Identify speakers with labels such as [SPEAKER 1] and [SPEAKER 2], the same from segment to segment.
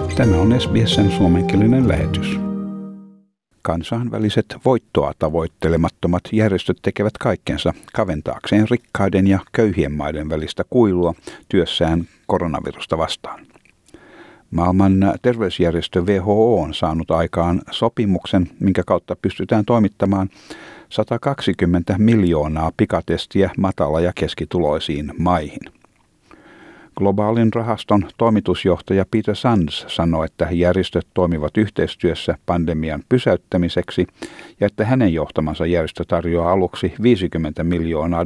[SPEAKER 1] Tämä on SBS:n suomenkielinen lähetys. Kansainväliset voittoa tavoittelemattomat järjestöt tekevät kaikkensa kaventaakseen rikkaiden ja köyhien maiden välistä kuilua työssään koronavirusta vastaan. Maailman terveysjärjestö WHO on saanut aikaan sopimuksen, minkä kautta pystytään toimittamaan 120 miljoonaa pikatestiä matala- ja keskituloisiin maihin. Globaalin rahaston toimitusjohtaja Peter Sands sanoi, että järjestöt toimivat yhteistyössä pandemian pysäyttämiseksi ja että hänen johtamansa järjestö tarjoaa aluksi $50 miljoonaa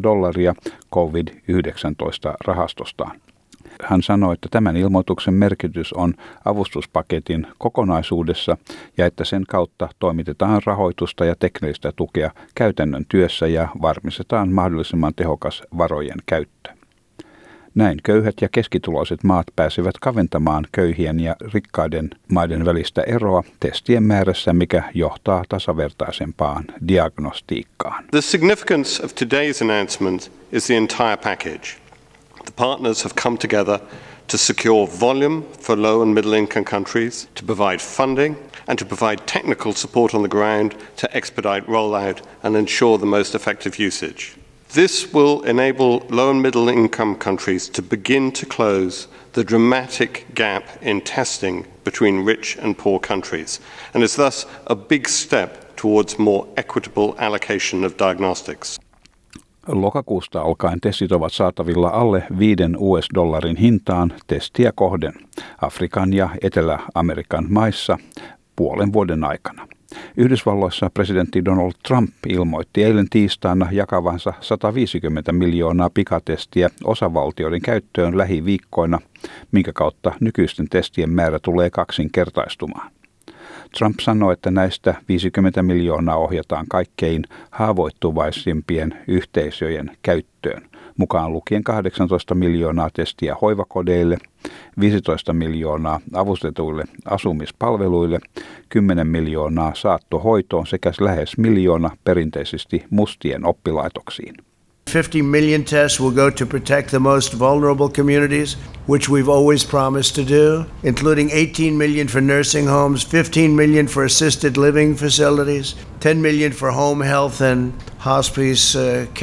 [SPEAKER 1] COVID-19-rahastostaan. Hän sanoi, että tämän ilmoituksen merkitys on avustuspaketin kokonaisuudessa ja että sen kautta toimitetaan rahoitusta ja teknistä tukea käytännön työssä ja varmistetaan mahdollisimman tehokas varojen käyttö. Näin köyhät ja keskituloiset maat pääsevät kaventamaan köyhien ja rikkaiden maiden välistä eroa testien määrässä, mikä johtaa tasavertaisempaan diagnostiikkaan.
[SPEAKER 2] The significance of today's announcement is the entire package. The partners have come together to secure volume for low and middle income countries, to provide funding and to provide technical support on the ground to expedite rollout and ensure the most effective usage. This will enable low and middle income countries to begin to close the dramatic gap in testing between rich and poor countries, and is thus a big step towards more equitable allocation of diagnostics.
[SPEAKER 1] Lokakuusta alkaen testit ovat saatavilla alle $5 hintaan testiä kohden Afrikan ja Etelä-Amerikan maissa puolen vuoden aikana. Yhdysvalloissa presidentti Donald Trump ilmoitti eilen tiistaina jakavansa 150 miljoonaa pikatestiä osavaltioiden käyttöön lähiviikkoina, minkä kautta nykyisten testien määrä tulee kaksinkertaistumaan. Trump sanoi, että näistä 50 miljoonaa ohjataan kaikkein haavoittuvaisimpien yhteisöjen käyttöön, mukaan lukien 18 miljoonaa testiä hoivakodeille, 15 miljoonaa avustetuille asumispalveluille, 10 miljoonaa saattohoitoon sekä lähes miljoona perinteisesti mustien oppilaitoksiin.
[SPEAKER 3] 50 million tests will go to protect the most vulnerable communities, which we've always promised to do, including 18 million for nursing homes, 15 million for assisted living facilities, 10 million for home health and hospice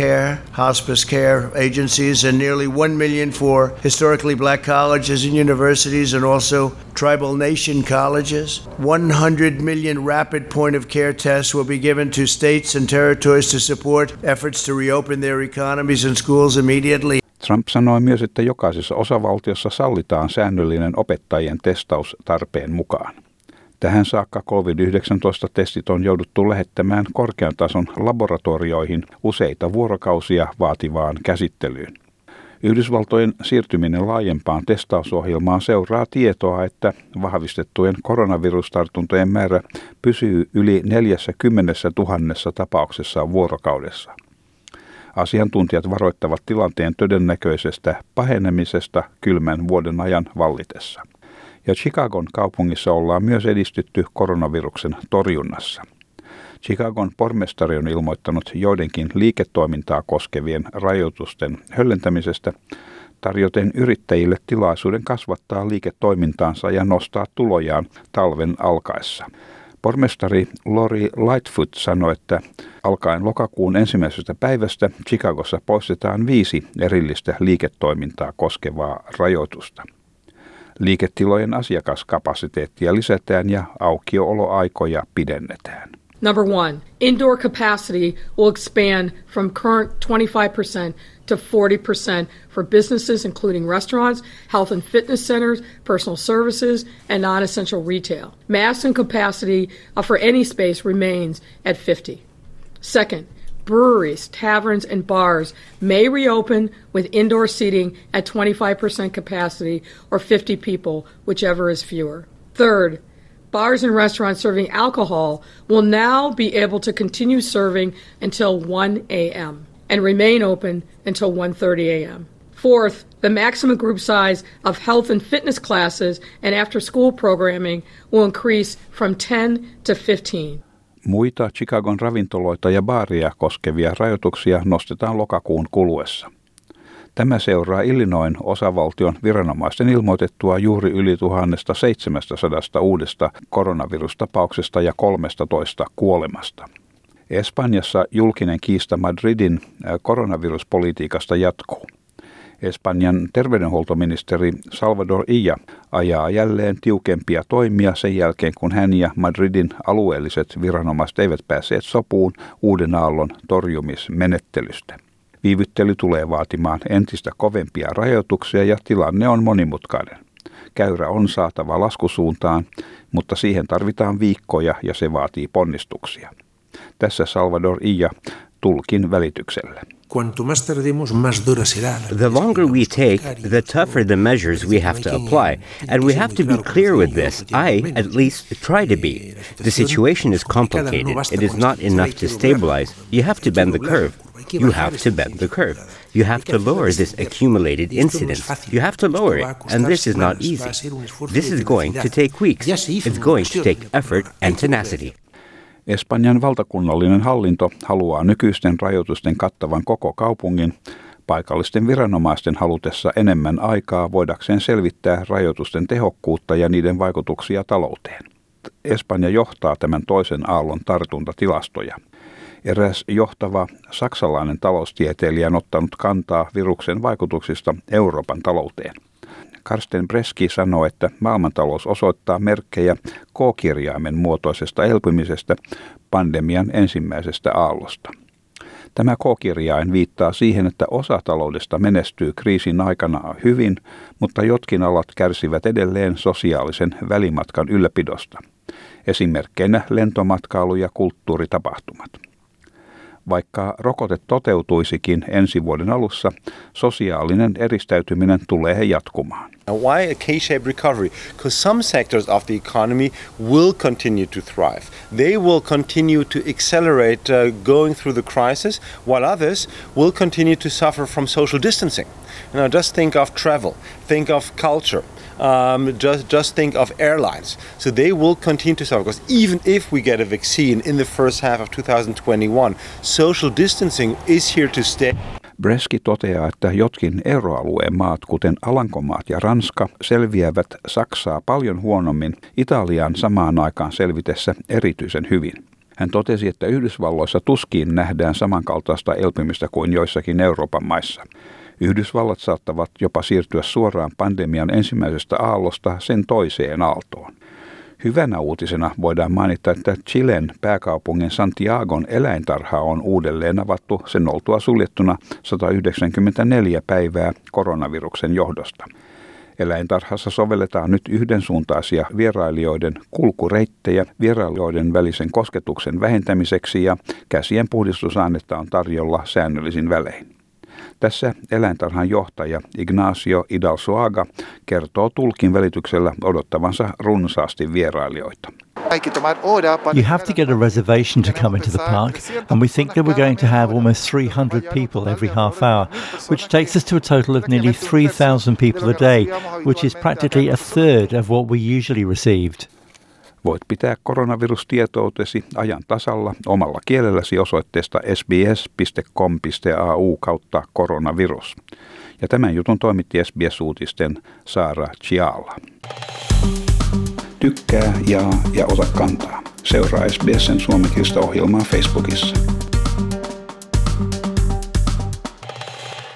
[SPEAKER 3] care agencies, and nearly 1 million for historically black colleges and universities and also tribal nation colleges. 100 million rapid point of care tests will be given to states and territories to support efforts to reopen their economies and schools immediately.
[SPEAKER 1] Trump sanoi myös, että jokaisessa osavaltiossa sallitaan säännöllinen opettajien testaus tarpeen mukaan. Tähän saakka COVID-19-testit on jouduttu lähettämään korkean tason laboratorioihin useita vuorokausia vaativaan käsittelyyn. Yhdysvaltojen siirtyminen laajempaan testausohjelmaan seuraa tietoa, että vahvistettujen koronavirustartuntojen määrä pysyy yli 40 000 tapauksessa vuorokaudessa. Asiantuntijat varoittavat tilanteen todennäköisestä pahenemisesta kylmän vuoden ajan vallitessa. Ja Chicagon kaupungissa ollaan myös edistytty koronaviruksen torjunnassa. Chicagon pormestari on ilmoittanut joidenkin liiketoimintaa koskevien rajoitusten höllentämisestä, tarjoten yrittäjille tilaisuuden kasvattaa liiketoimintaansa ja nostaa tulojaan talven alkaessa. Pormestari Lori Lightfoot sanoi, että alkaen lokakuun 1. päivästä Chicagossa poistetaan 5 erillistä liiketoimintaa koskevaa rajoitusta. Liiketilojen asiakaskapasiteettia lisätään ja aukioloaikoja pidennetään.
[SPEAKER 4] Number 1, indoor capacity will expand from current 25% to 40% for businesses including restaurants, health and fitness centers, personal services, and non-essential retail. Maximum capacity for any space remains at 50. Second, breweries, taverns, and bars may reopen with indoor seating at 25% capacity or 50 people, whichever is fewer. Third, bars and restaurants serving alcohol will now be able to continue serving until 1 a.m. and remain open until 1:30 a.m. Fourth, the maximum group size of health and fitness classes and after-school programming will increase from 10 to 15.
[SPEAKER 1] Muita Chicagon ravintoloita ja baaria koskevia rajoituksia nostetaan lokakuun kuluessa. Tämä seuraa Illinoisin osavaltion viranomaisten ilmoitettua juuri yli 1700 uudesta koronavirustapauksesta ja 13 kuolemasta. Espanjassa julkinen kiista Madridin koronaviruspolitiikasta jatkuu. Espanjan terveydenhuoltoministeri Salvador Illa ajaa jälleen tiukempia toimia sen jälkeen, kun hän ja Madridin alueelliset viranomaiset eivät päässeet sopuun uuden aallon torjumismenettelystä. Viivyttely tulee vaatimaan entistä kovempia rajoituksia ja tilanne on monimutkainen. Käyrä on saatava laskusuuntaan, mutta siihen tarvitaan viikkoja ja se vaatii ponnistuksia. Tässä Salvador Illa tulkin välityksellä.
[SPEAKER 5] The longer we take, the tougher the measures we have to apply. And we have to be clear with this. I, at least, try to be. The situation is complicated. It is not enough to stabilize. You have to bend the curve. You have to bend the curve. You have to lower this accumulated incidence. You have to lower it, and this is not easy. This is going to take weeks. It's going to take effort and tenacity.
[SPEAKER 1] Espanjan valtakunnallinen hallinto haluaa nykyisten rajoitusten kattavan koko kaupungin paikallisten viranomaisten halutessa enemmän aikaa voidakseen selvittää rajoitusten tehokkuutta ja niiden vaikutuksia talouteen. Espanja johtaa tämän toisen aallon tartuntatilastoja. Eräs johtava saksalainen taloustieteilijä on ottanut kantaa viruksen vaikutuksista Euroopan talouteen. Carsten Breski sanoo, että maailmantalous osoittaa merkkejä K-kirjaimen muotoisesta elpymisestä pandemian ensimmäisestä aallosta. Tämä K-kirjain viittaa siihen, että osa taloudesta menestyy kriisin aikana hyvin, mutta jotkin alat kärsivät edelleen sosiaalisen välimatkan ylläpidosta. Esimerkkeinä lentomatkailu ja kulttuuritapahtumat. Vaikka rokote toteutuisikin ensi vuoden alussa, sosiaalinen eristäytyminen tulee jatkumaan.
[SPEAKER 6] Why a K-shaped recovery? Because some sectors of the economy will continue to thrive. They will continue to accelerate going through the crisis, while others will continue to suffer from social distancing. Just think of travel, think of culture. Just think of airlines. So they will continue to suffer because even if we get a vaccine in the first half of 2021, social distancing is here to stay.
[SPEAKER 1] Breski toteaa, että jotkin euroalueen maat, kuten Alankomaat ja Ranska, selviävät Saksaa paljon huonommin Italian samaan aikaan selvitessä erityisen hyvin. Hän totesi, että Yhdysvalloissa tuskin nähdään samankaltaista elpymistä kuin joissakin Euroopan maissa. Yhdysvallat saattavat jopa siirtyä suoraan pandemian ensimmäisestä aallosta sen toiseen aaltoon. Hyvänä uutisena voidaan mainita, että Chilen pääkaupungin Santiagon eläintarha on uudelleen avattu sen oltua suljettuna 194 päivää koronaviruksen johdosta. Eläintarhassa sovelletaan nyt yhdensuuntaisia vierailijoiden kulkureittejä vierailijoiden välisen kosketuksen vähentämiseksi ja käsien puhdistusainetta on tarjolla säännöllisin välein. Tässä eläintarhan johtaja Ignacio Hidalsuaga kertoo tulkin välityksellä odottavansa runsaasti vierailijoita.
[SPEAKER 7] You have to get a reservation to come into the park, and we think that we're going to have almost 300 people every half hour, which takes us to a total of nearly 3,000 people a day, which is practically a third of what we usually received.
[SPEAKER 1] Voit pitää koronavirustietoutesi ajan tasalla omalla kielelläsi osoitteesta sbs.com.au/koronavirus. Ja tämän jutun toimitti SBS-uutisten Saara Chiala. Tykkää, jaa ja ota kantaa. Seuraa SBS:n suomenkielistä ohjelmaa Facebookissa.